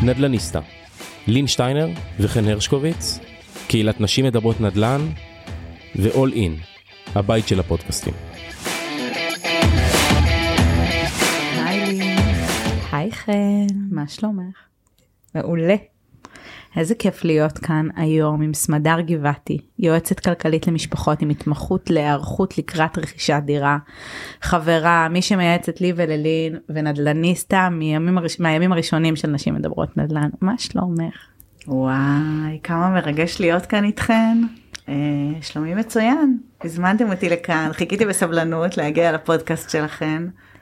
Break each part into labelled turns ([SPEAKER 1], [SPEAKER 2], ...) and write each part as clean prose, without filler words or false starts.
[SPEAKER 1] נדלניסטה, לין שטיינר וחן הרשקוביץ, קהילת נשים מדברות נדל"ן ו-all in, הבית של הפודקאסטים.
[SPEAKER 2] היי לין.
[SPEAKER 3] היי חן,
[SPEAKER 2] מה שלומך?
[SPEAKER 3] מעולה. איזה כיף להיות כאן היום עם סמדר גבעתי, יועצת כלכלית למשפחות עם התמחות להיערכות לקראת רכישת דירה, חברה, מי שמייעצת לי וללין, ונדלניסטה מהימים הראשונים של נשים מדברות נדל"ן. מה שלומך?
[SPEAKER 2] וואי, כמה מרגש להיות כאן איתכן. שלומי מצוין, הזמנתם אותי לכאן, חיכיתי בסבלנות להגיע לפודקאסט שלכן.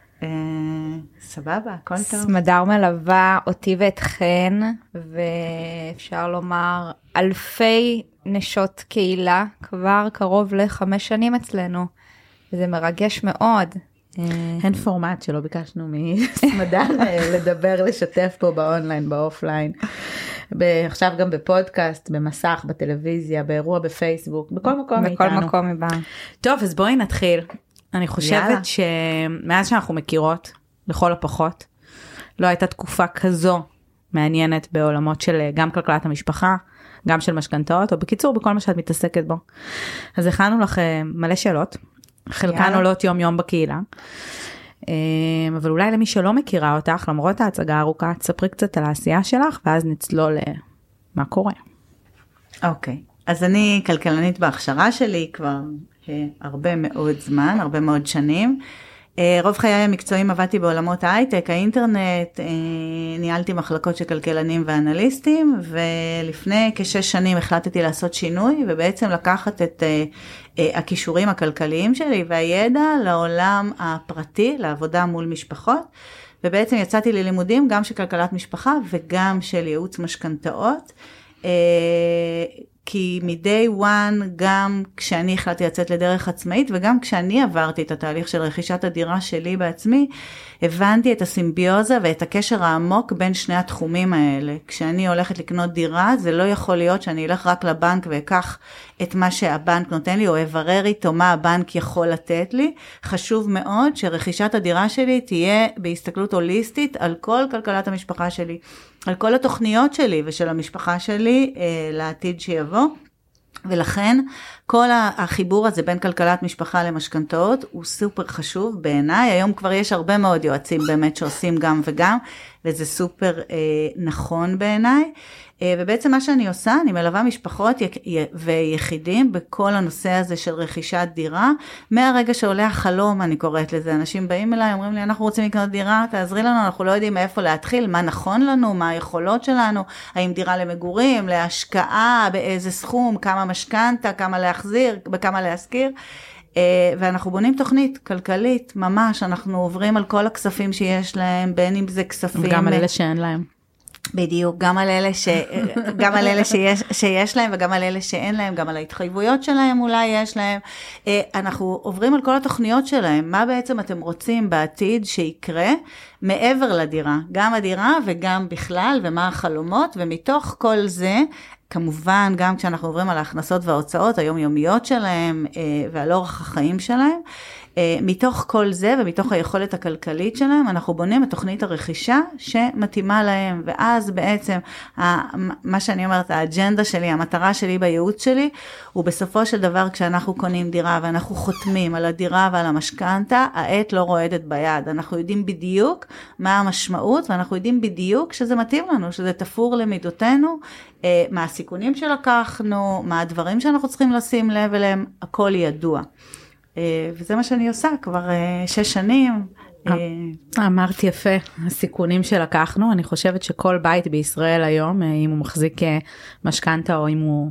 [SPEAKER 2] סבבה, הכל טוב.
[SPEAKER 3] סמדר מלווה אותי ואתכן, ואפשר לומר אלפי נשות קהילה, כבר קרוב ל5 שנים אצלנו, וזה מרגש מאוד.
[SPEAKER 2] אין פורמט שלא ביקשנו מסמדר לדבר, לשתף פה באונליין, באופליין, עכשיו גם בפודקאסט, במסך, בטלוויזיה, באירוע בפייסבוק, בכל מקום איתנו.
[SPEAKER 3] בכל מקום היא באה.
[SPEAKER 2] טוב, אז בואי נתחיל. אני חושבת שמאז שאנחנו מכירות, לכל הפחות, לא הייתה תקופה כזו מעניינת בעולמות של גם כלכלת המשפחה, גם של משכנתאות, או בקיצור, בכל מה שאת מתעסקת בו. אז הכנו לך מלא שאלות, חלקן עולות יום יום בקהילה, אבל אולי למי שלא מכירה אותך, למרות ההצגה הארוכה, תספרי קצת על העשייה שלך, ואז נצלול מה קורה.
[SPEAKER 4] אוקיי, אז אני כלכלנית בהכשרה שלי כבר הרבה מאוד זמן, הרבה מאוד שנים. רוב חיי המקצועיים עבדתי בעולמות ההייטק, האינטרנט, ניהלתי מחלקות של כלכלנים ואנליסטים, ולפני כ6 שנים החלטתי לעשות שינוי, ובעצם לקחת את הכישורים הכלכליים שלי והידע לעולם הפרטי, לעבודה מול משפחות, ובעצם יצאתי ללימודים גם של כלכלת משפחה וגם של ייעוץ משכנתאות, כי מ-day one, גם כשאני החלטתי לצאת לדרך עצמאית, וגם כשאני עברתי את התהליך של רכישת הדירה שלי בעצמי, הבנתי את הסימביוזה ואת הקשר העמוק בין שני התחומים האלה. כשאני הולכת לקנות דירה, זה לא יכול להיות שאני אלך רק לבנק ואקח את מה שהבנק נותן לי, או אברר איתו מה הבנק יכול לתת לי. חשוב מאוד שרכישת הדירה שלי תהיה בהסתכלות הוליסטית על כל כלכלת המשפחה שלי, על כל התוכניות שלי ושל המשפחה שלי לעתיד שיבוא. ולכן כל החיבור הזה בין כלכלת משפחה למשכנתאות הוא סופר חשוב בעיניי. היום כבר יש הרבה מאוד יועצים באמת שעושים גם וגם, וזה סופר נכון בעיניי. ובעצם מה שאני עושה, אני מלווה משפחות ויחידים בכל הנושא הזה של רכישת דירה. מהרגע שעולה החלום, אני קוראת לזה, אנשים באים אליי, אומרים לי, אנחנו רוצים לקנות דירה, תעזרי לנו, אנחנו לא יודעים מאיפה להתחיל, מה נכון לנו, מה היכולות שלנו, האם דירה למגורים, להשקעה, באיזה סכום, כמה משכנתה, כמה להחזיר, בכמה להשכיר. ואנחנו בונים תוכנית כלכלית, ממש, אנחנו עוברים על כל הכספים שיש להם, בין אם זה כספים.
[SPEAKER 2] גם על אלה שאין להם.
[SPEAKER 4] בדיוק, גם על אלה שיש להם וגם על אלה שאין להם, גם על ההתחייבויות שלהם אולי יש להם. אנחנו עוברים על כל התוכניות שלהם, מה בעצם אתם רוצים בעתיד שיקרה מעבר לדירה, גם הדירה וגם בכלל, ומה החלומות, ומתוך כל זה, כמובן גם כשאנחנו עוברים על ההכנסות וההוצאות היומיומיות שלהם ועל אורח החיים שלהם, מתוך כל זה ומתוך היכולת הכלכלית שלהם, אנחנו בונים את תוכנית הרכישה שמתאימה להם, ואז בעצם מה שאני אומרת, האג'נדה שלי, המטרה שלי בייעוץ שלי, הוא בסופו של דבר כשאנחנו קונים דירה ואנחנו חותמים על הדירה ועל המשכנתה, העת לא רועדת ביד, אנחנו יודעים בדיוק מה המשמעות, ואנחנו יודעים בדיוק שזה מתאים לנו, שזה תפור למידותינו, מה הסיכונים שלקחנו, מה הדברים שאנחנו צריכים לשים לב אליהם, הכל ידוע. וזה מה שאני עושה כבר 6 שנים.
[SPEAKER 2] אמרת יפה, הסיכונים שלקחנו, אני חושבת שכל בית בישראל היום, אם הוא מחזיק משכנתה או אם הוא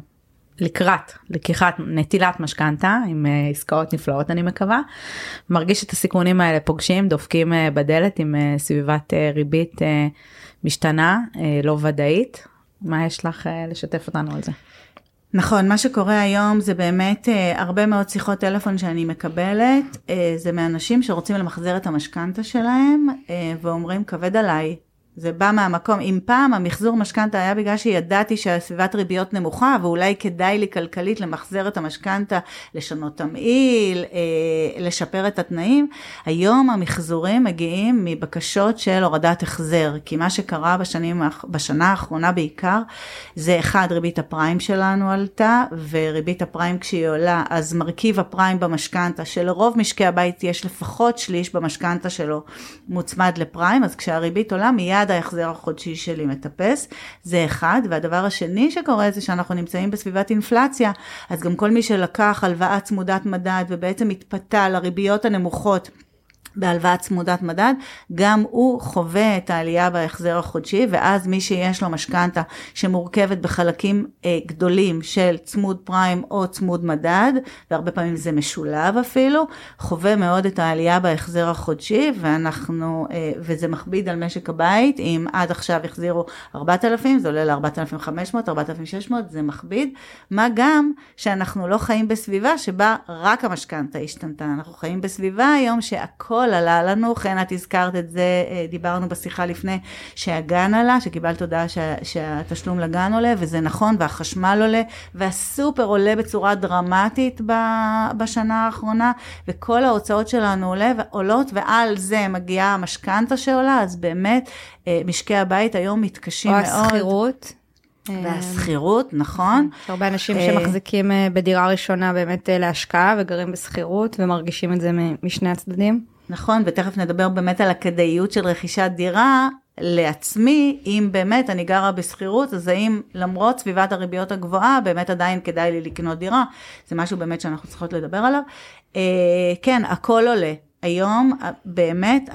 [SPEAKER 2] לקיחת נטילת משכנתה, עם עסקאות נפלאות אני מקווה, מרגיש את הסיכונים האלה פוגשים, דופקים בדלת עם סביבת ריבית משתנה, לא ודאית. מה יש לך לשתף אותנו על זה?
[SPEAKER 4] נכון, מה שקורה היום זה באמת הרבה מאוד שיחות טלפון שאני מקבלת, זה מאנשים שרוצים למחזר את המשכנתה שלהם, ואומרים כבד עליי, זה בא מהמקום. אם פעם המחזור משכנתה היה בגלל שידעתי שהסביבת ריביות נמוכה, ואולי כדאי לי כלכלית למחזר את המשכנתה, לשנות תמהיל, לשפר את התנאים, היום המחזורים מגיעים מבקשות של הורדת החזר, כי מה שקרה בשנה האחרונה בעיקר, זה אחד, ריבית הפריים שלנו עלתה, וריבית הפריים כשהיא עולה, אז מרכיב הפריים במשכנתה, שלרוב משקי הבית יש לפחות שליש במשכנתה שלו מוצמד לפריים, אז כשהריבית עולה מיד ההחזר החודשי שלי מטפס, זה אחד, והדבר השני שקורה זה שאנחנו נמצאים בסביבת אינפלציה, אז גם כל מי שלקח הלוואה צמודת מדד, ובעצם התפתה לריביות הנמוכות, בהלוואה צמודת מדד, גם הוא חווה את העלייה בהחזר החודשי, ואז מי שיש לו משכנתה שמורכבת בחלקים גדולים של צמוד פריים או צמוד מדד, והרבה פעמים זה משולב אפילו, חווה מאוד את העלייה בהחזר החודשי, וזה מכביד על משק הבית, אם עד עכשיו החזירו 4,000, זה עולה ל-4,500, 4,600, זה מכביד, מה גם שאנחנו לא חיים בסביבה שבה רק המשכנתה השתנתה, אנחנו חיים בסביבה היום שהכל עלה לנו, כן, את הזכרת את זה, דיברנו בשיחה לפני שהגן עלה, שקיבלת הודעה שהתשלום לגן עולה, וזה נכון, והחשמל עולה, והסופר עולה בצורה דרמטית בשנה האחרונה, וכל ההוצאות שלנו עולות, ועל זה מגיעה המשכנתה שעולה, אז באמת משקי הבית היום מתקשים מאוד.
[SPEAKER 3] או הסחירות.
[SPEAKER 4] והסחירות, נכון.
[SPEAKER 3] יש הרבה אנשים שמחזיקים בדירה ראשונה באמת להשקעה, וגרים בסחירות, ומרגישים את זה משני הצדדים.
[SPEAKER 4] נכון, ותכף נדבר באמת על הכדאיות של רכישת דירה לעצמי, אם באמת אני גרה בסחירות, אז האם למרות סביבת הריביות הגבוהה, באמת עדיין כדאי לי לקנות דירה, זה משהו באמת שאנחנו צריכות לדבר עליו. כן, הכל עולה. היום באמת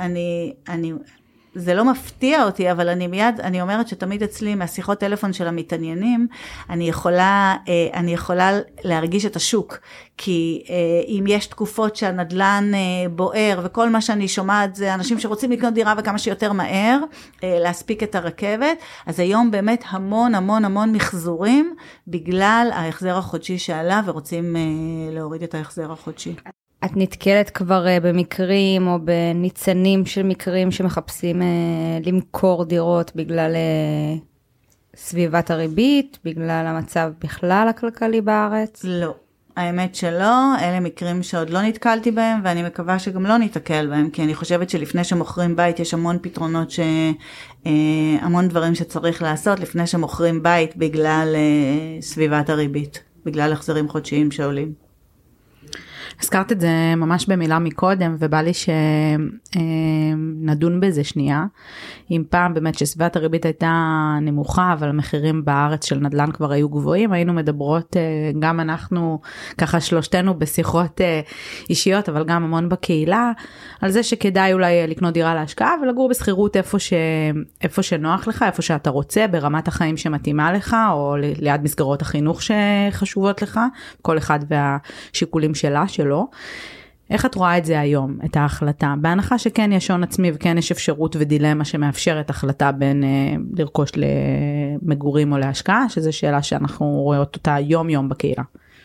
[SPEAKER 4] זה לא מפתיע אותי, אבל אני אומרת שתמיד אצלי מהשיחות טלפון של המתעניינים, אני יכולה להרגיש את השוק, כי אם יש תקופות שהנדלן בוער, וכל מה שאני שומעת זה אנשים שרוצים לקנות דירה וכמה שיותר מהר, להספיק את הרכבת, אז היום באמת המון המון המון מחזורים, בגלל ההחזר החודשי שעלה, ורוצים להוריד את ההחזר החודשי.
[SPEAKER 3] את נתקלת כבר במקרים או בניצנים של מקרים שמחפשים למכור דירות בגלל סביבת הריבית, בגלל המצב בכלל הכלכלי בארץ?
[SPEAKER 4] לא, האמת שלא, אלה מקרים שעוד לא נתקלתי בהם, ואני מקווה שגם לא נתקל בהם, כי אני חושבת שלפני שמוכרים בית יש המון פתרונות, המון דברים שצריך לעשות לפני שמוכרים בית בגלל סביבת הריבית, בגלל החזרים חודשיים שעולים.
[SPEAKER 2] הזכרת את זה ממש במילה מקודם, ובא לי שנדון בזה שנייה. אם פעם באמת שסביבת הריבית הייתה נמוכה, אבל המחירים בארץ של נדל"ן כבר היו גבוהים, היינו מדברות, גם אנחנו, ככה שלושתנו בשיחות אישיות, אבל גם המון בקהילה, על זה שכדאי אולי לקנות דירה להשקעה, ולגור בסחירות איפה שנוח לך, איפה שאתה רוצה, ברמת החיים שמתאימה לך, או ליד מסגרות החינוך שחשובות לך, כל אחד והשיקולים שלו. איך את רואה את זה היום, את ההחלטה? בהנחה שכן יש הון עצמי וכן יש אפשרות ודילמה שמאפשרת החלטה בין לרכוש למגורים או להשקעה, שזו שאלה שאנחנו רואות אותה יום בקהילה.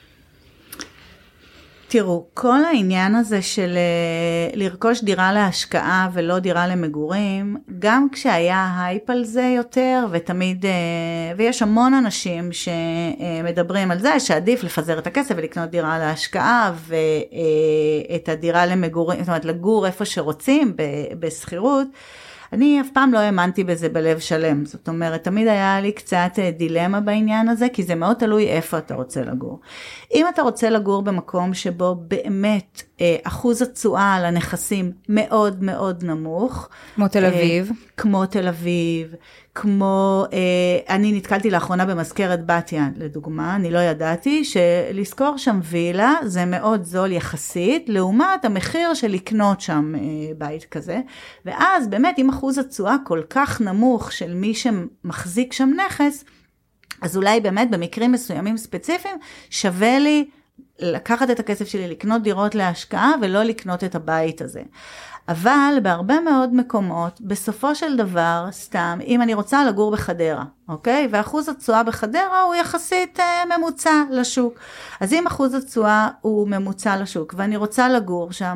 [SPEAKER 4] תראו, כל העניין הזה של לרכוש דירה להשקעה ולא דירה למגורים, גם כשהיה הייפ על זה יותר, ותמיד, ויש המון אנשים שמדברים על זה, שעדיף לפזר את הכסף ולקנות דירה להשקעה, ואת הדירה למגורים, זאת אומרת, לגור איפה שרוצים בסחירות, אני אף פעם לא האמנתי בזה בלב שלם, זאת אומרת, תמיד היה לי קצת דילמה בעניין הזה, כי זה מאוד תלוי איפה אתה רוצה לגור. אם אתה רוצה לגור במקום שבו באמת אחוז התשואה על הנכסים מאוד מאוד נמוך.
[SPEAKER 3] כמו תל אביב.
[SPEAKER 4] כמו תל אביב, כמו, אני נתקלתי לאחרונה במזכרת בת ים, לדוגמה, אני לא ידעתי שלזכור שם וילה זה מאוד זול יחסית, לעומת המחיר של לקנות שם בית כזה, ואז באמת אם אחוז התשואה כל כך נמוך של מי שמחזיק שם נכס, אז אולי באמת במקרים מסוימים ספציפיים שווה לי לקחת את הכסף שלי, לקנות דירות להשקעה ולא לקנות את הבית הזה. אבל בהרבה מאוד מקומות, בסופו של דבר, סתם, אם אני רוצה לגור בחדרה, אוקיי? ואחוז התשואה בחדרה הוא יחסית ממוצע לשוק. אז אם אחוז התשואה הוא ממוצע לשוק, ואני רוצה לגור שם,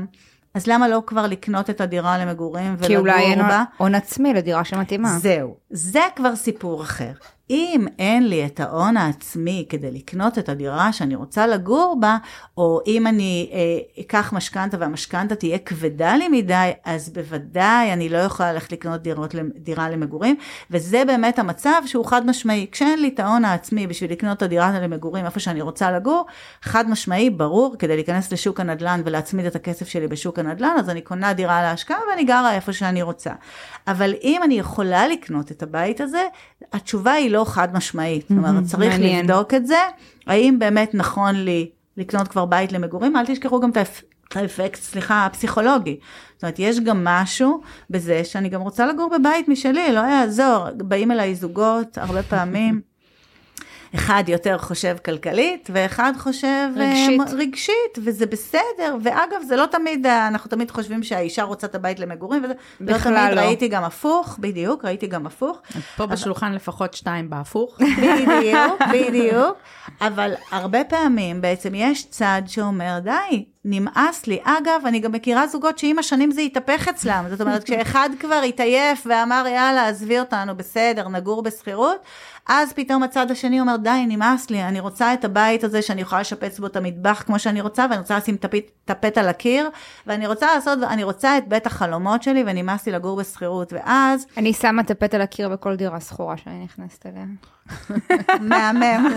[SPEAKER 4] אז למה לא כבר לקנות את הדירה למגורים ולגור בה?
[SPEAKER 3] כי אולי אין הון עצמי לדירה שמתאימה.
[SPEAKER 4] זהו, זה כבר סיפור אחר. אם אין לי את ההון העצמי כדי לקנות את הדירה שאני רוצה לגור בה, או אם אני אקח משכנתה והמשכנתה תהיה כבדה לי מדי, אז בוודאי אני לא יכולה ללכת לקנות דירה למגורים, וזה באמת המצב שהוא חד משמעי. כשאין לי את ההון העצמי בשביל לקנות את הדירה למגורים איפה שאני רוצה לגור, חד משמעי, ברור, כדי להיכנס לשוק הנדל"ן ולהצמיד את הכסף שלי בשוק הנדל"ן, אז אני קונה דירה להשקעה ואני גרה איפה שאני רוצה. אבל אם אני יכולה לקנות את הבית הזה, התשובה היא לא חד משמעית. זאת אומרת, צריך לבדוק את זה, האם באמת נכון לי לקנות כבר בית למגורים, אל תשכחו גם את האפקט, הפסיכולוגי. זאת אומרת, יש גם משהו בזה שאני גם רוצה לגור בבית משלי, לא יעזור, באים אליי זוגות הרבה פעמים, אחד יותר חושב כלכלית, ואחד חושב רגשית, וזה בסדר, ואגב, זה לא תמיד, אנחנו תמיד חושבים שהאישה רוצה את הבית למגורים, וזה לא תמיד, ראיתי גם הפוך, בדיוק, ראיתי גם הפוך.
[SPEAKER 2] פה בשולחן לפחות 2 בהפוך.
[SPEAKER 4] בדיוק, אבל הרבה פעמים בעצם יש צד שאומר, די, נמאס לי. אגב, אני גם מכירה זוגות שעם השנים זה יתהפך אצלם. זאת אומרת, כשאחד כבר התעייף ואמר, יאללה, עזבי אותנו, בסדר, נגור בסחירות, אז פתאום הצד השני אומר, די, נמאס לי, אני רוצה את הבית הזה שאני יכולה לשפץ בו את המטבח כמו שאני רוצה, ואני רוצה לשים טפט על הקיר, ואני רוצה את בית החלומות שלי, ונמאס לי לגור בסחירות, ואז...
[SPEAKER 3] אני שמה טפט על הקיר בכל דירה סחורה שאני נכנסת אליה.
[SPEAKER 4] מהמם.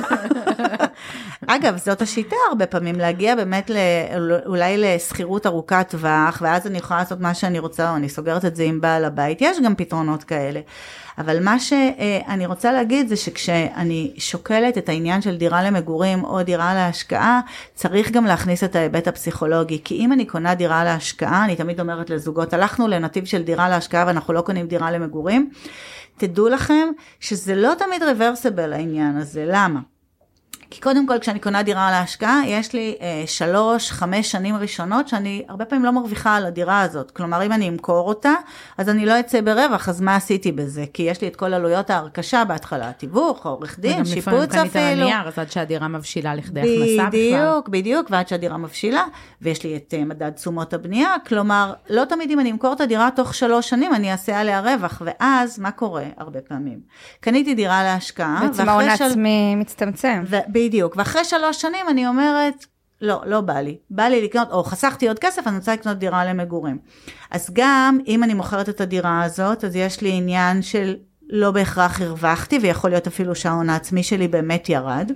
[SPEAKER 4] אגב, זאת השיטה הרבה פעמים, להגיע באמת אולי לסחירות ארוכת טווח, ואז אני יכולה לעשות מה שאני רוצה, או אני סוגרת את זה עם בעל הבית, יש גם פתרונות כאלה. אבל מה שאני רוצה להגיד זה שכשאני שוקלת את העניין של דירה למגורים או דירה להשקעה, צריך גם להכניס את ההיבט הפסיכולוגי, כי אם אני קונה דירה להשקעה, אני תמיד אומרת לזוגות, הלכנו לנתיב של דירה להשקעה ואנחנו לא קונים דירה למגורים, תדעו לכם שזה לא תמיד רוורסבל העניין הזה, למה? כי קודם כל, כשאני קונה דירה להשקעה, יש לי 3-5 שנים ראשונות, שאני הרבה פעמים לא מרוויחה על הדירה הזאת. כלומר, אם אני אמכור אותה, אז אני לא אצא ברווח, אז מה עשיתי בזה? כי יש לי את כל עלויות ההרכשה בהתחלה, תיווך, עורך דין, שיפוץ אפילו.
[SPEAKER 2] וגם לפעמים קנית על הנייר, אז עד שהדירה מבשילה לכדי הכנסה בכלל.
[SPEAKER 4] בדיוק, ועד שהדירה מבשילה, ויש לי את מדד תשומות הבנייה, כלומר, לא תמיד אם אני אמכור את הדירה תוך 3 שנים, אני אעשה עליה רווח, ואז מה קורה הרבה פעמים? קניתי דירה להשקעה,
[SPEAKER 3] בעצם ההון העצמי מצטמצם.
[SPEAKER 4] בדיוק, ואחרי 3 שנים אני אומרת, לא בא לי. בא לי לקנות, או חסכתי עוד כסף, אני רוצה לקנות דירה למגורים. אז גם אם אני מוכרת את הדירה הזאת, אז יש לי עניין של לא בהכרח הרווחתי, ויכול להיות אפילו שההון העצמי שלי באמת ירד.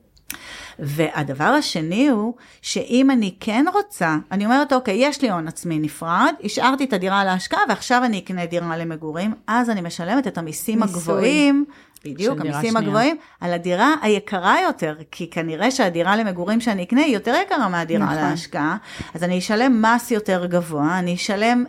[SPEAKER 4] והדבר השני הוא, שאם אני כן רוצה, אני אומרת, אוקיי, יש לי הון עצמי נפרד, השארתי את הדירה להשקעה, ועכשיו אני אקנה דירה למגורים, אז אני משלמת את המיסים הגבוהים, בדיוק, המיסים הגבוהים, על הדירה היקרה יותר, כי כנראה שהדירה למגורים שאני אקנה היא יותר יקרה מהדירה להשקעה, אז אני אשלם מס יותר גבוה, אני אשלם,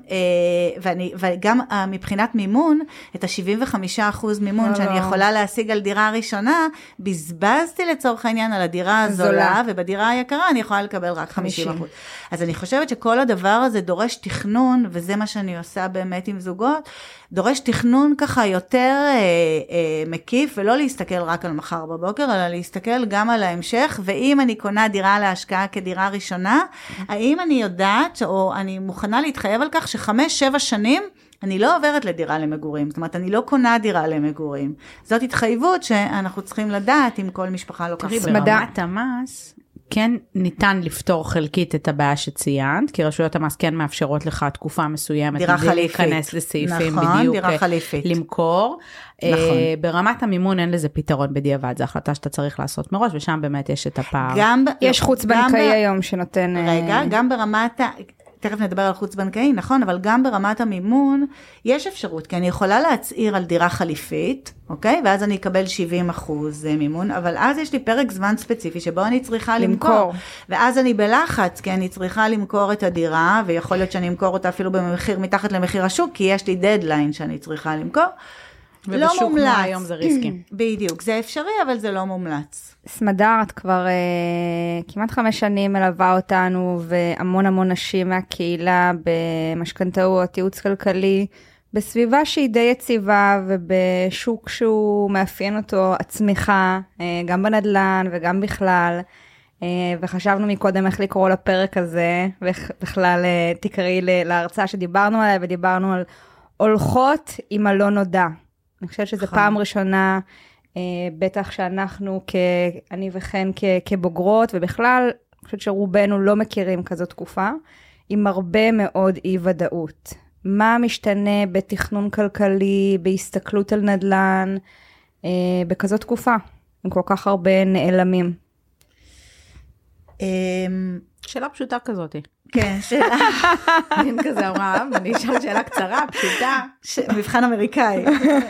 [SPEAKER 4] וגם מבחינת מימון, את ה-75% מימון שאני יכולה להשיג על דירה ראשונה, בזבזתי לצורך העניין על הדירה הזולה, ובדירה היקרה אני יכולה לקבל רק 50%. אז אני חושבת שכל הדבר הזה דורש תכנון, וזה מה שאני עושה באמת עם זוגות, דורש תכנון ככה יותר מקיף, ולא להסתכל רק על מחר בבוקר, אלא להסתכל גם על ההמשך, ואם אני קונה דירה להשקעה כדירה ראשונה, האם אני יודעת, או אני מוכנה להתחייב על כך ש5-7 שנים, אני לא עוברת לדירה למגורים, זאת אומרת, אני לא קונה דירה למגורים. זאת התחייבות שאנחנו צריכים לדעת אם כל משפחה לא ככה.
[SPEAKER 2] ברמת המס, כן ניתן לפתור חלקית את הבעיה שציינת, כי רשויות המס כן מאפשרות לך תקופה מסוימת,
[SPEAKER 4] דירה חליפית.
[SPEAKER 2] להיכנס לסעיפים
[SPEAKER 4] נכון,
[SPEAKER 2] בדיוק,
[SPEAKER 4] דירה חליפית.
[SPEAKER 2] למכור.
[SPEAKER 4] נכון.
[SPEAKER 2] ברמת המימון אין לזה פתרון בדיעבד, זו החלטה שאתה צריך לעשות מראש, ושם באמת יש את הפער.
[SPEAKER 3] יש חוץ בנקאי היום שנותן...
[SPEAKER 4] רגע, גם ברמת... תכף נדבר על חוץ בנקאי, נכון, אבל גם ברמת המימון יש אפשרות, כי אני יכולה להצעיר על דירה חליפית, אוקיי? ואז אני אקבל 70% מימון, אבל אז יש לי פרק זמן ספציפי שבו אני צריכה למכור. ואז אני בלחץ, כי אני צריכה למכור את הדירה, ויכול להיות שאני אמכור אותה אפילו במחיר מתחת למחיר השוק, כי יש לי דדליין שאני צריכה למכור.
[SPEAKER 2] ובשוק לא מומלץ. היום זה ריסקי.
[SPEAKER 4] בדיוק, זה אפשרי, אבל זה לא מומלץ.
[SPEAKER 3] סמדר, את כבר כמעט 5 שנים מלווה אותנו, והמון נשים מהקהילה במשכנתאות, ייעוץ כלכלי, בסביבה שהיא די יציבה, ובשוק שהוא מאפיין אותו הצמיחה, גם בנדלן וגם בכלל.
[SPEAKER 5] וחשבנו מקודם איך לקרוא לפרק הזה, ובכלל תקראי להרצאה שדיברנו עליה, ודיברנו על הולכות עם הלא נודע. אני חושבת שזו פעם ראשונה, בטח שאנחנו, אני וכן כבוגרות, ובכלל, אני חושבת שרובנו לא מכירים כזו תקופה, עם הרבה מאוד אי ודאות. מה משתנה בתכנון כלכלי, בהסתכלות על נדל"ן, בכזו תקופה, עם כל כך הרבה נעלמים.
[SPEAKER 2] שאלה פשוטה כזאת.
[SPEAKER 4] כן, שאלה.
[SPEAKER 2] אין כזה אמרה, אני אשאל שאלה קצרה, פשוטה.
[SPEAKER 4] מבחן אמריקאי.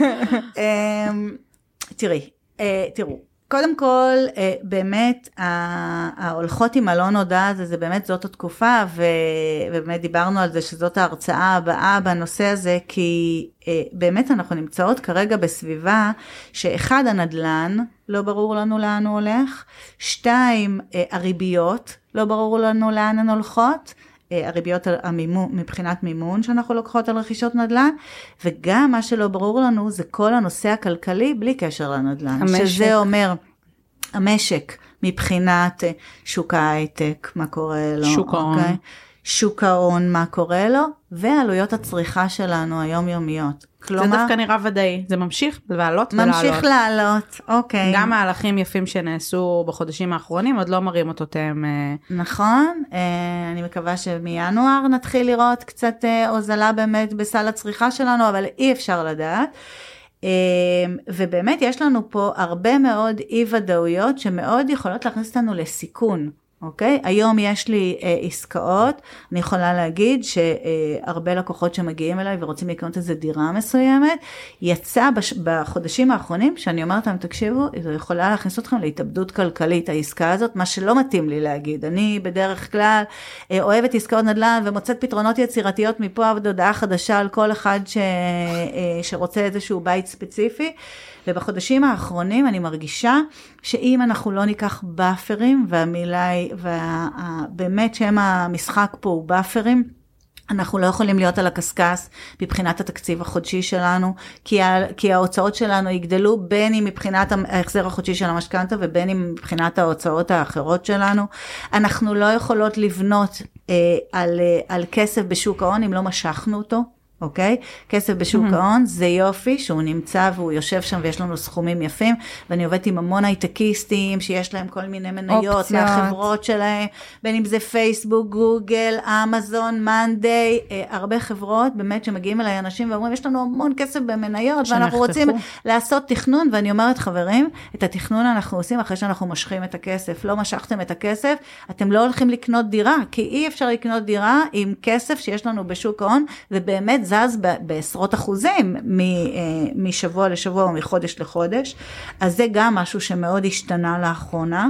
[SPEAKER 4] תראו, קודם כל, באמת, ההולכות עם הלא נודע הזה, זה באמת זאת התקופה, ובאמת דיברנו על זה שזאת ההרצאה הבאה בנושא הזה, כי באמת אנחנו נמצאות כרגע בסביבה, שאחד הנדלן, לא ברור לנו לאן הוא הולך, 2, הריביות, לא ברור לנו לאן הן הולכות, הריביות מבחינת מימון שאנחנו לוקחות על רכישות נדל"ן, וגם מה שלא ברור לנו זה כל הנושא הכלכלי בלי קשר לנדל"ן. המשק. שזה אומר, המשק מבחינת שוק ההייטק, מה קורה לו.
[SPEAKER 2] שוק ההון. אוקיי?
[SPEAKER 4] שוק ההון, מה קורה לו, ועלויות הצריכה שלנו היומיומיות.
[SPEAKER 2] כלומר, זה דווקא נראה ודאי, זה ממשיך לעלות ולעלות.
[SPEAKER 4] ממשיך לעלות, אוקיי.
[SPEAKER 2] גם מהלכים יפים שנעשו בחודשים האחרונים, עוד לא מראים אותם.
[SPEAKER 4] נכון, אני מקווה שמינואר נתחיל לראות קצת הוזלה באמת בסל הצריכה שלנו, אבל אי אפשר לדעת. ובאמת יש לנו פה הרבה מאוד אי ודאויות, שמאוד יכולות להכניס אותנו לסיכון. אוקיי? היום יש לי עסקאות, אני יכולה להגיד שהרבה לקוחות שמגיעים אליי ורוצים לקנות איזו דירה מסוימת, יצא בחודשים האחרונים, שאני אומרת להם, תקשיבו, זו יכולה להכניס אתכם להתאבדות כלכלית, העסקה הזאת, מה שלא מתאים לי להגיד. אני בדרך כלל אוהבת עסקאות נדל"ן ומוצאת פתרונות יצירתיות מפה עד הודעה חדשה על כל אחד שרוצה איזשהו בית ספציפי, ובחודשים האחרונים אני מרגישה שאם אנחנו לא ניקח באפרים, והמילה היא, באמת שם המשחק פה הוא באפרים, אנחנו לא יכולים להיות על הקסקס מבחינת התקציב החודשי שלנו, כי ההוצאות שלנו יגדלו בין אם מבחינת ההחזר החודשי של המשכנתא, ובין אם מבחינת ההוצאות האחרות שלנו. אנחנו לא יכולות לבנות על כסף בשוק ההון אם לא משכנו אותו. אוקיי? כסף בשוק ההון זה יופי שהוא נמצא והוא יושב שם ויש לנו סכומים יפים, ואני עובדת עם המון הייטקיסטים שיש להם כל מיני מניות מהחברות שלהם, בין אם זה פייסבוק, גוגל, אמזון, מנדיי, הרבה חברות באמת שמגיעים אליי אנשים ואומרים יש לנו המון כסף במניות ואנחנו רוצים לעשות תכנון, ואני אומרת חברים, את התכנון אנחנו עושים אחרי שאנחנו משכים את הכסף. לא משכתם את הכסף, אתם לא הולכים לקנות דירה, כי אי אפשר לקנות דירה עם כסף שיש לנו בשוק ההון, ובאמת זז בעשרות אחוזים משבוע לשבוע או מחודש לחודש. אז זה גם משהו שמאוד השתנה לאחרונה.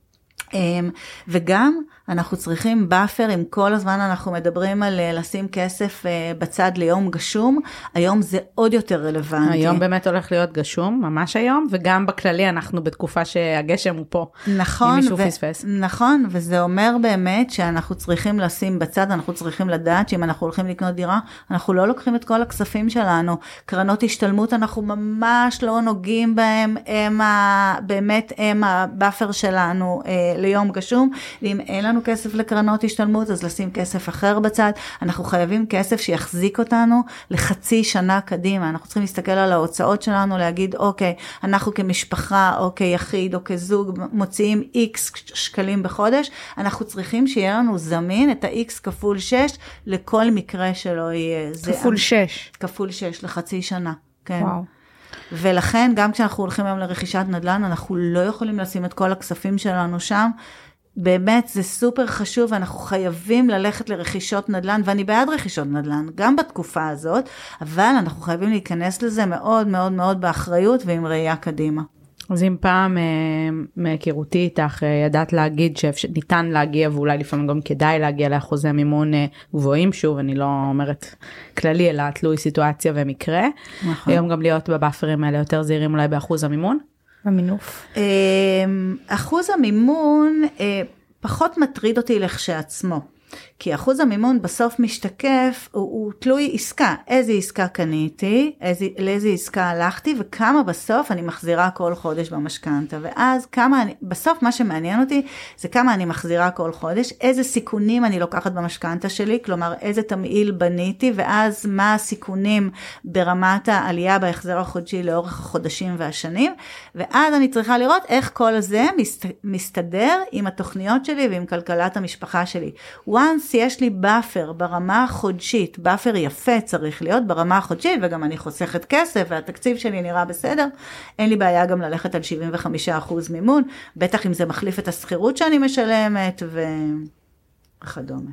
[SPEAKER 4] וגם אנחנו צריכים באפר, אם כל הזמן אנחנו מדברים על לשים כסף בצד ליום גשום, היום זה עוד יותר רלוונטי.
[SPEAKER 2] היום באמת הולך להיות גשום, ממש היום, וגם בכללי אנחנו בתקופה שהגשם הוא פה.
[SPEAKER 4] נכון,
[SPEAKER 2] אם מישהו פספס.
[SPEAKER 4] נכון, וזה אומר באמת שאנחנו צריכים לשים בצד, אנחנו צריכים לדעת שאם אנחנו הולכים לקנות דירה, אנחנו לא לוקחים את כל הכספים שלנו. קרנות השתלמות אנחנו ממש לא נוגעים בהם, באמת הם הבאפר שלנו ליום גשום, ואם אין לנו כסף לקרנות השתלמות, אז לשים כסף אחר בצד. אנחנו חייבים כסף שיחזיק אותנו לחצי שנה קדימה. אנחנו צריכים להסתכל על ההוצאות שלנו, להגיד, אוקיי, אנחנו כמשפחה, או כיחיד, או כזוג, מוציאים X שקלים בחודש, אנחנו צריכים שיהיה לנו זמין את ה-X כפול 6, לכל מקרה שלא יהיה.
[SPEAKER 5] כפול 6.
[SPEAKER 4] כפול 6, לחצי שנה. כן.
[SPEAKER 5] וואו.
[SPEAKER 4] ולכן, גם כשאנחנו הולכים היום לרכישת נדל"ן, אנחנו לא יכולים לשים את כל הכספים שלנו שם. באמת זה סופר חשוב, ואנחנו חייבים ללכת לרכישות נדל"ן, ואני בעד רכישות נדל"ן, גם בתקופה הזאת, אבל אנחנו חייבים להיכנס לזה מאוד מאוד מאוד באחריות, ועם ראייה קדימה.
[SPEAKER 2] אז אם פעם מהיכרותי איתך ידעת להגיד שניתן להגיע, ואולי לפעמים גם כדאי להגיע לאחוזי מימון גבוהים, שוב אני לא אומרת כללי, אלא תלוי סיטואציה ומקרה,
[SPEAKER 4] נכון.
[SPEAKER 2] היום גם להיות בבאפרים האלה יותר זהירים אולי באחוז המימון?
[SPEAKER 5] במינוף.
[SPEAKER 4] אחוז המימון פחות מטריד אותי לכשעצמו. כי אחוז המימון בסוף משתקף, הוא תלוי עסקה, איזה עסקה קניתי, לאיזה עסקה הלכתי, וכמה בסוף אני מחזירה כל חודש במשכנתה, ואז בסוף מה שמעניין אותי, זה כמה אני מחזירה כל חודש, איזה סיכונים אני לוקחת במשכנתה שלי, כלומר איזה תמהיל בניתי, ואז מה הסיכונים ברמת העלייה בהחזר החודשי לאורך החודשים והשנים, ואז אני צריכה לראות איך כל זה מסתדר עם התוכניות שלי ועם כלכלת המשפחה שלי. once יש לי באפר ברמה החודשית, באפר יפה צריך להיות ברמה החודשית, וגם אני חוסכת כסף, והתקציב שלי נראה בסדר, אין לי בעיה גם ללכת על 75% מימון, בטח אם זה מחליף את הסחירות שאני משלמת, וכדומה.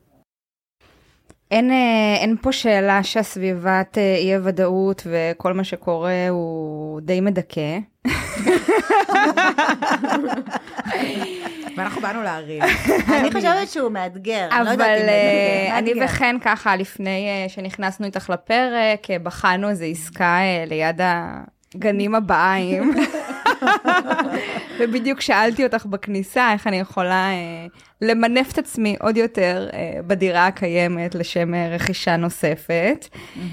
[SPEAKER 5] אין פה שאלה שהסביבת אי הוודאות וכל מה שקורה הוא די מדכא.
[SPEAKER 2] ואנחנו באנו להריב.
[SPEAKER 4] אני חושבת שהוא מאתגר.
[SPEAKER 5] אבל אני וכן ככה, לפני שנכנסנו איתך לפרק, בחנו איזו עסקה ליד הגנים הבאים. ובדיוק שאלתי אותך בכניסה, איך אני יכולה למנף את עצמי עוד יותר בדירה הקיימת לשם רכישה נוספת.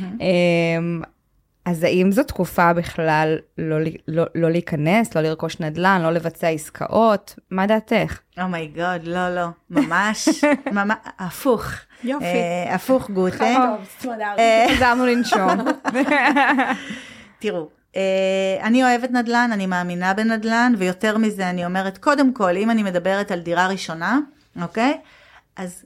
[SPEAKER 5] אז האם זו תקופה בכלל לא להיכנס, לא לרכוש נדל"ן, לא לבצע עסקאות? מה דעתך?
[SPEAKER 4] אומייגוד, לא, ממש, הפוך.
[SPEAKER 2] יופי.
[SPEAKER 4] הפוך גוטה.
[SPEAKER 5] חזרנו לנשום.
[SPEAKER 4] תראו, אני אוהבת נדל"ן, אני מאמינה בנדל"ן, ויותר מזה אני אומרת, קודם כל, אם אני מדברת על דירה ראשונה, אוקיי? אז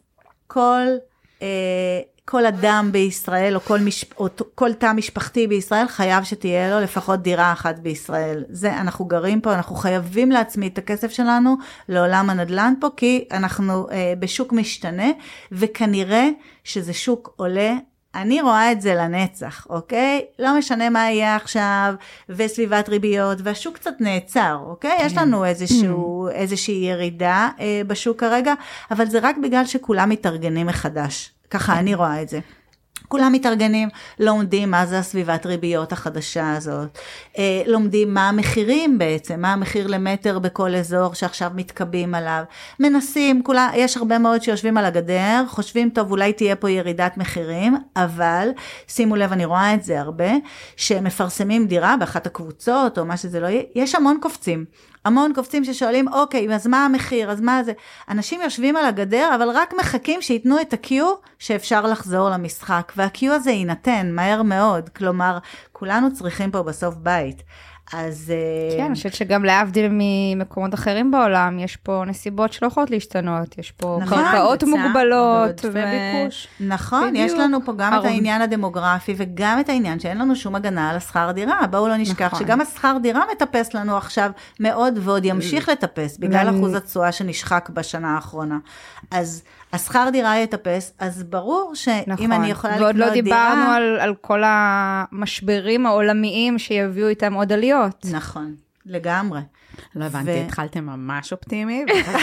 [SPEAKER 4] כל אדם בישראל, או כל תא משפחתי בישראל, חייב שתהיה לו לפחות דירה אחת בישראל. זה, אנחנו גרים פה, אנחנו חייבים להצמיד את הכסף שלנו לעולם הנדל"ן פה, כי אנחנו בשוק משתנה, וכנראה שזה שוק עולה, אני רואה את זה לנצח, אוקיי? לא משנה מה יהיה עכשיו, וסביבת ריביות, והשוק קצת נעצר, אוקיי? יש לנו איזושהי ירידה בשוק כרגע, אבל זה רק בגלל שכולם מתארגנים מחדש. ככה אני רואה את זה. כולם מתארגנים, לומדים מה זה הסביבת ריביות החדשה הזאת, לומדים מה המחירים בעצם, מה המחיר למטר בכל אזור שעכשיו מתקבים עליו, מנסים, יש הרבה מאוד שיושבים על הגדר, חושבים טוב אולי תהיה פה ירידת מחירים, אבל שימו לב, אני רואה את זה הרבה, שמפרסמים דירה באחת הקבוצות או מה שזה לא יהיה, יש המון קופצים ששואלים, אוקיי, אז מה המחיר, אז מה זה? אנשים יושבים על הגדר, אבל רק מחכים שיתנו את ה-Q שאפשר לחזור למשחק, וה-Q הזה יינתן מהר מאוד, כלומר, כולנו צריכים פה בסוף בית. אז
[SPEAKER 5] כן, אני חושבת שגם להבדיל ממקומות אחרים בעולם, יש פה נסיבות שלא יכולות להשתנות, יש פה קרקעות מוגבלות
[SPEAKER 2] וביקוש.
[SPEAKER 4] נכון, יש לנו פה גם את העניין הדמוגרפי, וגם את העניין שאין לנו שום הגנה על השכר דירה. בואו לא נשכח שגם השכר דירה מטפס לנו עכשיו מאוד, ועוד ימשיך לטפס, בגלל אחוז התשואה שנשחק בשנה האחרונה. אז השכר דירה יטפס, אז ברור שאם אני יכולה לקנות דירה...
[SPEAKER 5] ועוד לא דיברנו על כל המשברים העולמיים שיביאו איתם עוד עליות.
[SPEAKER 4] נכון, לגמרי.
[SPEAKER 2] לא הבנתי, התחלתם ממש אופטימי.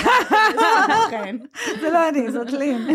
[SPEAKER 2] זה לא אני, זאת לין.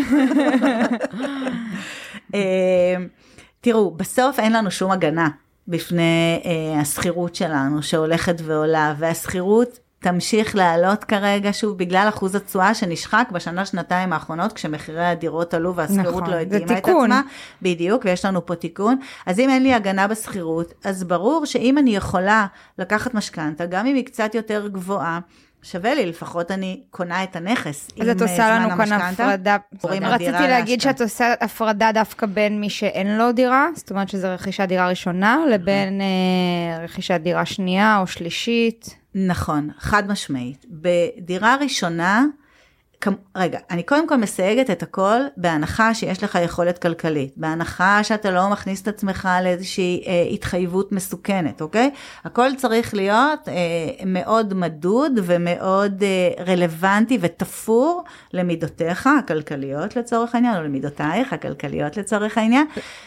[SPEAKER 4] תראו, בסוף אין לנו שום הגנה בפני הסחירות שלנו שהולכת ועולה, והסחירות תמשיך לעלות כרגע שוב בגלל אחוז התשואה שנשחק בשנה-שנתיים האחרונות, כשמחירי הדירות עלו והסחירות לא התאימה את עצמה. בדיוק, ויש לנו פה תיקון. אז אם אין לי הגנה בסחירות, אז ברור שאם אני יכולה לקחת משכנתה, גם אם היא קצת יותר גבוהה, שווה לי, לפחות אני קונה את הנכס.
[SPEAKER 5] אז את עושה לנו כאן הפרדה. רציתי להגיד שאת עושה הפרדה דווקא בין מי שאין לו דירה, זאת אומרת שזה רכישת דירה ראשונה, לבין רכישת דירה שנייה או שלישית.
[SPEAKER 4] נכון, חד משמעית. בדירה ראשונה, רגע, אני קודם כל מסייגת את הכל בהנחה שיש לך יכולת כלכלית, בהנחה שאתה לא מכניס את עצמך לאיזושהי התחייבות מסוכנת, אוקיי? הכל צריך להיות מאוד מדוד ומאוד רלוונטי ותפור למידותיך הכלכליות לצורך העניין, או למידותייך הכלכליות לצורך העניין.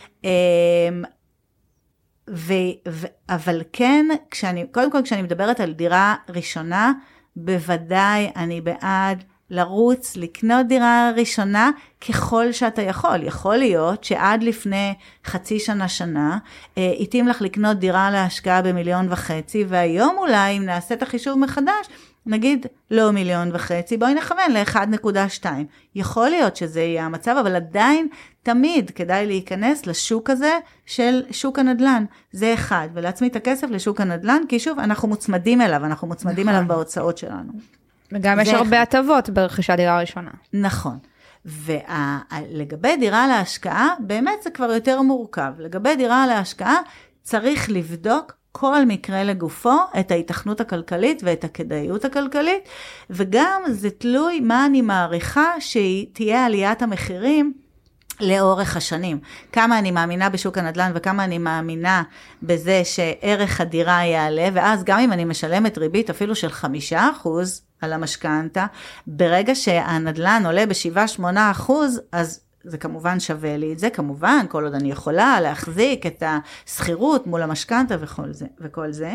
[SPEAKER 4] אבל כן, קודם כל כשאני מדברת על דירה ראשונה, בוודאי אני בעד לרוץ, לקנות דירה ראשונה ככל שאתה יכול. יכול להיות שעד לפני חצי שנה, התאים לך לקנות דירה להשקעה ב1.5 מיליון, והיום אולי אם נעשה את החישוב מחדש, נגיד לא 1.5 מיליון, בואי נכוון ל-1.2. יכול להיות שזה יהיה המצב, אבל עדיין תמיד כדאי להיכנס לשוק הזה של שוק הנדל"ן. זה אחד, ולהצמיד את הכסף לשוק הנדל"ן, כי שוב, אנחנו מוצמדים אליו, אנחנו מוצמדים אליו בהוצאות שלנו.
[SPEAKER 5] וגם יש הרבה הטבות ברכישת דירה ראשונה.
[SPEAKER 4] נכון. ולגבי דירה להשקעה, באמת זה כבר יותר מורכב. לגבי דירה להשקעה, צריך לבדוק כל מקרה לגופו, את ההיתכנות הכלכלית ואת הכדאיות הכלכלית, וגם זה תלוי מה אני מעריכה שהיא תהיה עליית המחירים לאורך השנים. כמה אני מאמינה בשוק הנדל"ן וכמה אני מאמינה בזה שערך הדירה יעלה, ואז גם אם אני משלמת ריבית אפילו של 5% על המשכנתה, ברגע שהנדל"ן עולה ב7-8%, אז זה כמובן שווה לי את זה, כמובן, כל עוד אני יכולה להחזיק את הסחירות מול המשכנתה וכל זה.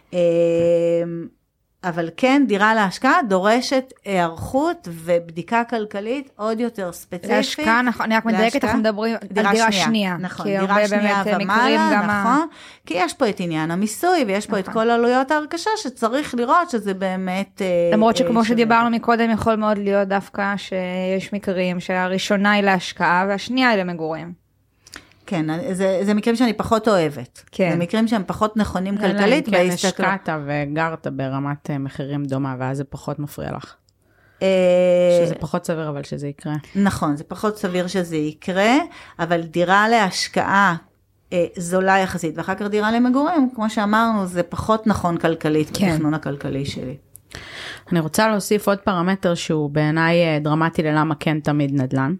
[SPEAKER 4] אבל כן, דירה להשקעה דורשת הערכות ובדיקה כלכלית עוד יותר ספציפית.
[SPEAKER 5] להשקעה, אני רק מדייקת, אנחנו מדברים על דירה שנייה.
[SPEAKER 4] נכון, דירה שנייה ומעלה, נכון. כי יש פה את עניין המיסוי, ויש פה את כל עלויות ההרכשה, שצריך לראות שזה באמת...
[SPEAKER 5] למרות שכמו שדיברנו מקודם, יכול מאוד להיות דווקא שיש מקרים שהראשונה היא להשקעה, והשנייה היא למגורים.
[SPEAKER 4] כן, זה מקרים שאני פחות אוהבת.
[SPEAKER 5] כן.
[SPEAKER 4] זה מקרים שהם פחות נכונים כלכלית.
[SPEAKER 2] כן, השקעת וגרת ברמת מחירים דומה, ואז זה פחות מפריע לך. שזה פחות סביר, אבל שזה יקרה.
[SPEAKER 4] נכון, זה פחות סביר שזה יקרה, אבל דירה להשקעה זולה יחסית, ואחר כך דירה למגורים, כמו שאמרנו, זה פחות נכון כלכלית, בתכנון הכלכלי שלי.
[SPEAKER 2] אני רוצה להוסיף עוד פרמטר שהוא בעיניי דרמטי ללמה כן תמיד נדל"ן.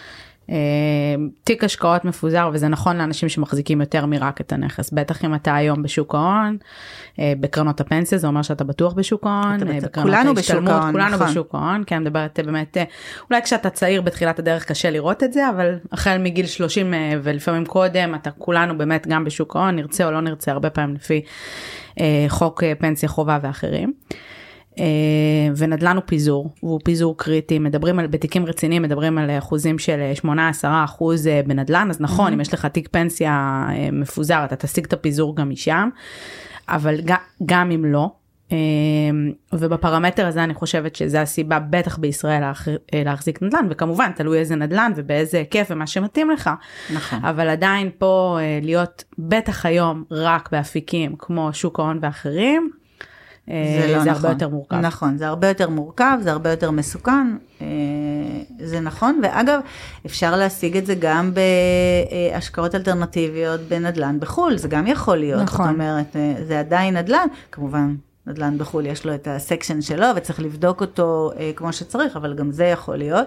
[SPEAKER 2] תיק השקעות מפוזר, וזה נכון לאנשים שמחזיקים יותר מרק את הנכס, בטח אם אתה היום בשוק ההון, בקרנות הפנסיה, זה אומר שאתה בטוח בשוק ההון,
[SPEAKER 4] כולנו בשוק ההון,
[SPEAKER 2] כולנו בשוק ההון, כן, מדברת באמת, אולי כשאתה צעיר בתחילת הדרך קשה לראות את זה, אבל החל מגיל 30 ולפעמים קודם, אתה כולנו באמת גם בשוק ההון, נרצה או לא נרצה, הרבה פעמים לפי חוק פנסיה חובה ואחרים. ונדל"ן הוא פיזור, והוא פיזור קריטי, מדברים על, בתיקים רציניים, מדברים על אחוזים של 8-10% בנדל"ן, אז נכון, אם יש לך תיק פנסיה מפוזר, אתה תשיג את הפיזור גם משם, אבל גם אם לא, ובפרמטר הזה אני חושבת שזה הסיבה, בטח בישראל להחזיק נדל"ן, וכמובן תלוי איזה נדל"ן ובאיזה היקף ומה שמתאים לך,
[SPEAKER 4] נכון.
[SPEAKER 2] אבל עדיין פה להיות בטח היום רק באפיקים כמו שוק ההון ואחרים, זה הרבה יותר מורכב.
[SPEAKER 4] נכון, זה הרבה יותר מורכב, זה הרבה יותר מסוכן, זה נכון, ואגב, אפשר להשיג את זה גם בהשקעות אלטרנטיביות בנדל"ן בחול, זה גם יכול להיות,
[SPEAKER 5] נכון.
[SPEAKER 4] זאת אומרת, זה עדיין נדל"ן, כמובן, נדל"ן בחול יש לו את הסקשן שלו, וצריך לבדוק אותו כמו שצריך, אבל גם זה יכול להיות.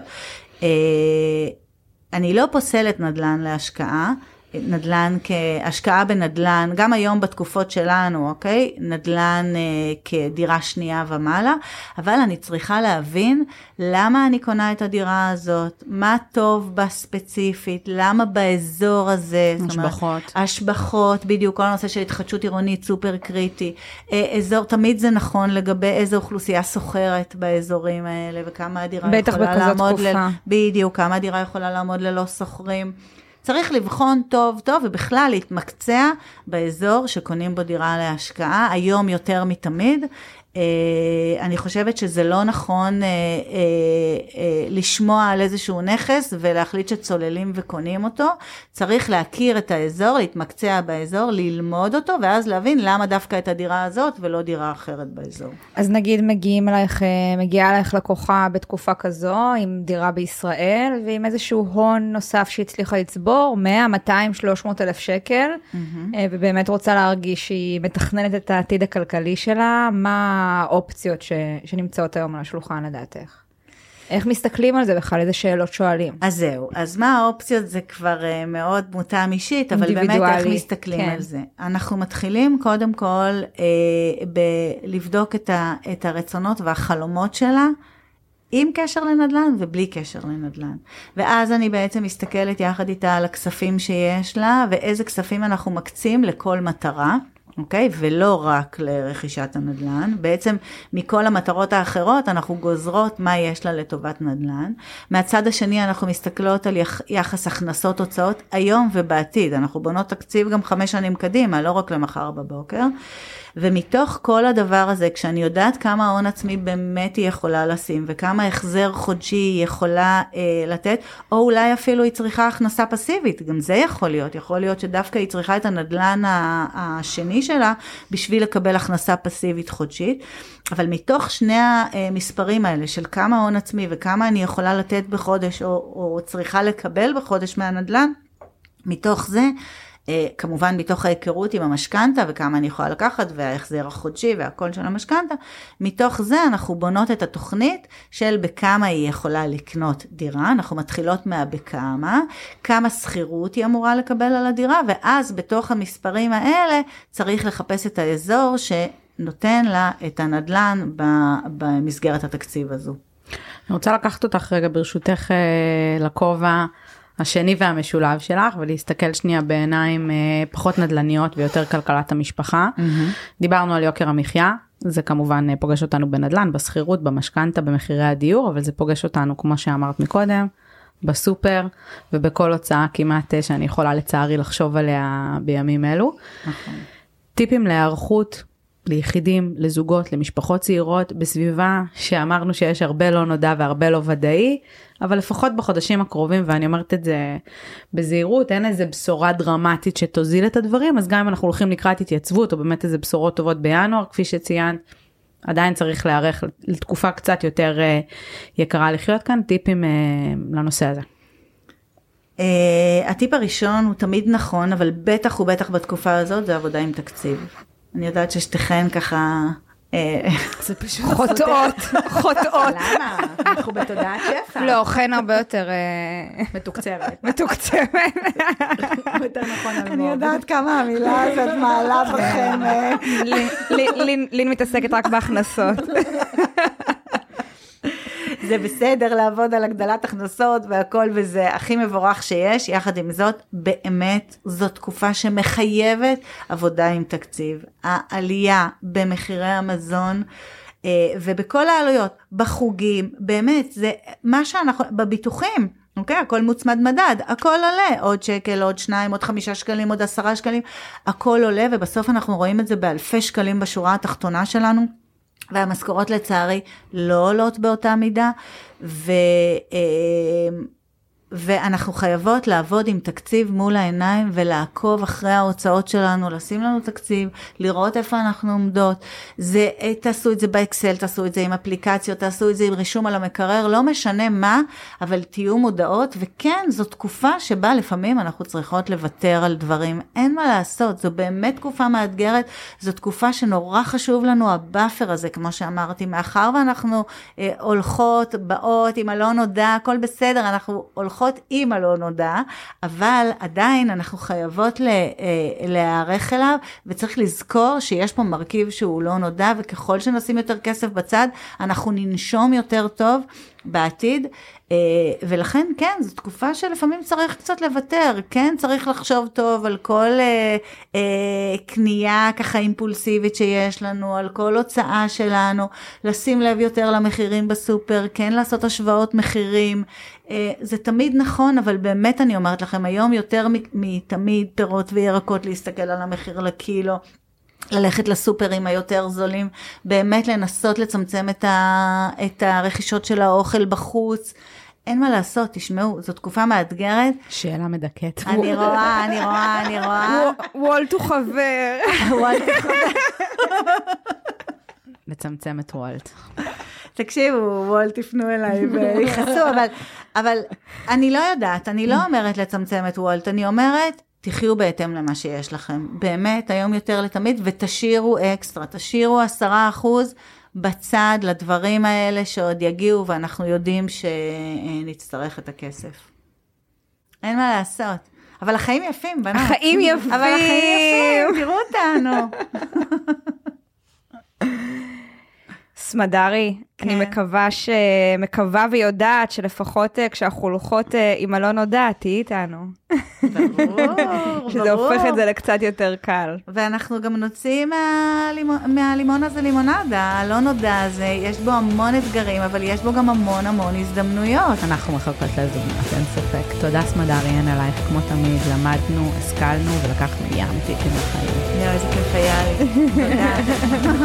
[SPEAKER 4] אני לא פוסלת נדל"ן להשקעה, נדל"ן כהשקעה בנדל"ן, גם היום בתקופות שלנו, אוקיי? נדל"ן כדירה שנייה ומעלה, אבל אני צריכה להבין למה אני קונה את הדירה הזאת, מה טוב בה ספציפית, למה באזור הזה,
[SPEAKER 2] השבחות.
[SPEAKER 4] השבחות, בדיוק, כל הנושא של התחדשות עירונית סופר קריטי, אזור, תמיד זה נכון לגבי איזו אוכלוסייה סוחרת באזורים האלה, וכמה הדירה יכולה לעמוד, בדיוק, כמה הדירה יכולה לעמוד ללא סוחרים, צריך לבחון טוב טוב ובכלל להתמקצע באזור שקונים בו דירה להשקעה, היום יותר מתמיד. אני חושבת שזה לא נכון לשמוע על איזשהו נכס ולהחליט שצוללים וקונים אותו, צריך להכיר את האזור, להתמקצע באזור, ללמוד אותו ואז להבין למה דווקא את הדירה הזאת ולא דירה אחרת באזור.
[SPEAKER 5] אז נגיד מגיעה אלייך לקוחה בתקופה כזו עם דירה בישראל ועם איזשהו הון נוסף שהצליחה לצבור 100, 200, 300 אלף שקל ובאמת רוצה להרגיש שהיא מתכננת את העתיד הכלכלי שלה, מה האופציות שנמצאות היום על השולחן לדעתך? איך מסתכלים על זה בכלל? איזה שאלות שואלים?
[SPEAKER 4] אז זהו, אז מה האופציות זה כבר מאוד מותאם אישית, אבל באמת איך מסתכלים על זה? אנחנו מתחילים קודם כל לבדוק את הרצונות והחלומות שלה, עם קשר לנדל"ן ובלי קשר לנדל"ן. ואז אני בעצם מסתכלת יחד איתה על הכספים שיש לה, ואיזה כספים אנחנו מקצים לכל מטרה, אוקיי? ולא רק לרכישת הנדל"ן. בעצם מכל המטרות האחרות אנחנו גוזרות מה יש לה לטובת נדל"ן. מהצד השני אנחנו מסתכלות על יחס הכנסות הוצאות היום ובעתיד. אנחנו בונות תקציב גם 5 שנים קדימה, לא רק למחר בבוקר. ומתוך כל הדבר הזה, כשאני יודעת כמה הון עצמי באמת היא יכולה לשים, וכמה החזר חודשי היא יכולה לתת, או אולי אפילו היא צריכה הכנסה פסיבית, גם זה יכול להיות שדווקא היא צריכה את הנדלן השני שלה, בשביל לקבל הכנסה פסיבית חודשית, אבל מתוך שני המספרים האלה, של כמה הון עצמי, וכמה אני יכולה לתת בחודש, או צריכה לקבל בחודש מהנדלן, מתוך זה, כמובן מתוך ההיכרות עם המשכנתה, וכמה אני יכולה לקחת, וההחזר החודשי, והכל של המשכנתה, מתוך זה אנחנו בונות את התוכנית, של בכמה היא יכולה לקנות דירה, אנחנו מתחילות מהבכמה, כמה שכירות היא אמורה לקבל על הדירה, ואז בתוך המספרים האלה, צריך לחפש את האזור, שנותן לה את הנדלן, במסגרת התקציב הזו.
[SPEAKER 2] אני רוצה לקחת אותך רגע ברשותך לכובע, השני והמשולב שלך, ולהסתכל שנייה בעיניים פחות נדלניות ויותר כלכלת המשפחה. דיברנו על יוקר המחיה, זה כמובן פוגש אותנו בנדלן, בסחירות, במשכנתה, במחירי הדיור, אבל זה פוגש אותנו, כמו שאמרת מקודם, בסופר, ובכל הוצאה כמעט שאני יכולה לצערי לחשוב עליה בימים אלו. טיפים להיערכות, ליחידים, לזוגות, למשפחות צעירות, בסביבה שאמרנו שיש הרבה לא נודע והרבה לא ודאי, אבל לפחות בחודשים הקרובים, ואני אומרת את זה בזהירות, אין איזה בשורה דרמטית שתוזיל את הדברים, אז גם אם אנחנו הולכים לקראת התייצבות, או באמת איזה בשורות טובות בינואר, כפי שציינת, עדיין צריך להיערך לתקופה קצת יותר יקרה לחיות כאן, טיפים לנושא הזה.
[SPEAKER 4] הטיפ הראשון הוא תמיד נכון, אבל בטח ובטח בתקופה הזאת, זה עבודה עם תקציב. אני יודעת ששתיכן ככה...
[SPEAKER 5] זה פשוט חוטאות.
[SPEAKER 2] למה? אנחנו בתודעת שפע.
[SPEAKER 5] לא, חן הרבה יותר...
[SPEAKER 2] מתוקצבת.
[SPEAKER 4] יותר נכון על אני יודעת כמה המילה הזאת מעלה בכם.
[SPEAKER 5] לין מתעסקת רק בהכנסות.
[SPEAKER 4] זה בסדר לעבוד על הגדלת הכנסות והכל, וזה הכי מבורך שיש. יחד עם זאת, באמת זו תקופה שמחייבת עבודה עם תקציב. העלייה במחירי המזון ובכל העלויות, בחוגים, באמת, זה מה שאנחנו, בביטוחים, אוקיי? הכל מוצמד מדד, הכל עולה, עוד שקל, עוד 2, עוד 5 שקלים, עוד 10 שקלים, הכל עולה, ובסוף אנחנו רואים את זה באלפי שקלים בשורה התחתונה שלנו, והמשכורות לצערי לא עולות באותה מידה, ואנחנו חייבות לעבוד עם תקציב מול העיניים, ולעקוב אחרי ההוצאות שלנו, לשים לנו תקציב, לראות איפה אנחנו עומדות. תעשו את זה באקסל, תעשו את זה עם אפליקציות, תעשו את זה עם רישום על המקרר, לא משנה מה, אבל תהיו מודעות, וכן, זו תקופה שבה לפעמים אנחנו צריכות לוותר על דברים. אין מה לעשות, זו באמת תקופה מאתגרת, זו תקופה שנורא חשוב לנו הבאפר הזה, כמו שאמרתי, מאחר ואנחנו הולכות, באות, עם הלא נודע, הכל בסדר, אנחנו הולכות עם הלא נודע, אבל עדיין אנחנו חייבות להיערך אליו, וצריך לזכור שיש פה מרכיב שהוא לא נודע, וככל שנשים יותר כסף בצד, אנחנו ננשום יותר טוב בעתיד, ולכן כן, זו תקופה שלפעמים צריך קצת לוותר, כן, צריך לחשוב טוב על כל קנייה ככה אימפולסיבית שיש לנו, על כל הוצאה שלנו, לשים לב יותר למחירים בסופר, כן לעשות השוואות מחירים, זה תמיד נכון, אבל באמת אני אומרת לכם, היום יותר מתמיד פירות וירקות להסתכל על המחיר לקילו, ללכת לסופרים היותר זולים, באמת לנסות לצמצם את הרכישות של האוכל בחוץ, אין מה לעשות, תשמעו, זו תקופה מאתגרת.
[SPEAKER 2] שאלה מדכאת.
[SPEAKER 4] אני רואה.
[SPEAKER 5] וולט הוא חבר.
[SPEAKER 2] לצמצם את וולט.
[SPEAKER 4] תקשיבו, וולט תפנו אליי ויחסו, אבל אני לא יודעת, אני לא אומרת לצמצם את וולט, אני אומרת, תחיו בהתאם למה שיש לכם. באמת, היום יותר לתמיד, ותשאירו אקסטרה, תשאירו 10% בצד לדברים האלה שעוד יגיעו, ואנחנו יודעים שנצטרך את הכסף. אין מה לעשות. אבל החיים יפים, בנות.
[SPEAKER 5] החיים יפים.
[SPEAKER 4] אבל החיים יפים, תראו אותנו.
[SPEAKER 5] סמדרי, אני מקווה ויודעת שלפחות כשאנחנו הולכות עם הלא נודע, תהיי איתנו.
[SPEAKER 4] ברור.
[SPEAKER 5] שזה הופך את זה לקצת יותר קל.
[SPEAKER 4] ואנחנו גם נוציא מהלימון הזה לימונדה, הלא נודע הזה, יש בו המון אתגרים, אבל יש בו גם המון הזדמנויות.
[SPEAKER 2] אנחנו מחלקות להזדמנות, אין ספק. תודה סמדרי, אין עלייך כמו תמיד, למדנו, השכלנו ולקחנו ים טיפים לחיים.
[SPEAKER 4] איזה כיף היה לי. תודה.